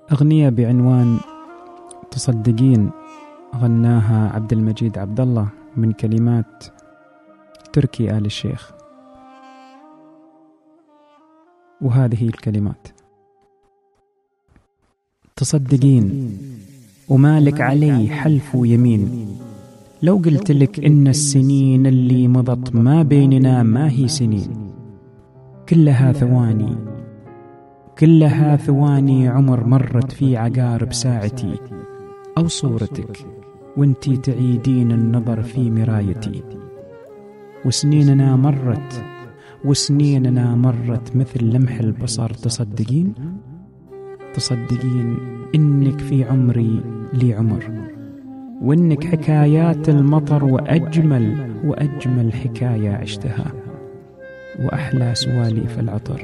أغنية بعنوان تصدقين غناها عبد المجيد عبد الله من كلمات تركي آل الشيخ. وهذه الكلمات: تصدقين ومالك علي حلف ويمين، لو قلت لك إن السنين اللي مضت ما بيننا ما هي سنين، كلها ثواني كلها ثواني عمر مرت في عقارب ساعتي، أو صورتك وانتي تعيدين النظر في مرايتي. وسنيننا مرت مثل لمح البصر. تصدقين إنك في عمري لي عمر، وإنك حكايات المطر وأجمل حكاية عشتها، وأحلى سواليف العطر.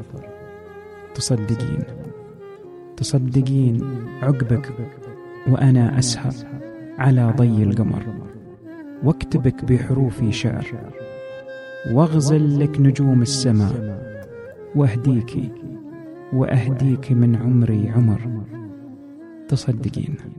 تصدقين عقبك وأنا أسهر على ضي القمر، واكتبك بحروفي شعر، واغزل لك نجوم السماء، وأهديك من عمري عمر. تصدقين.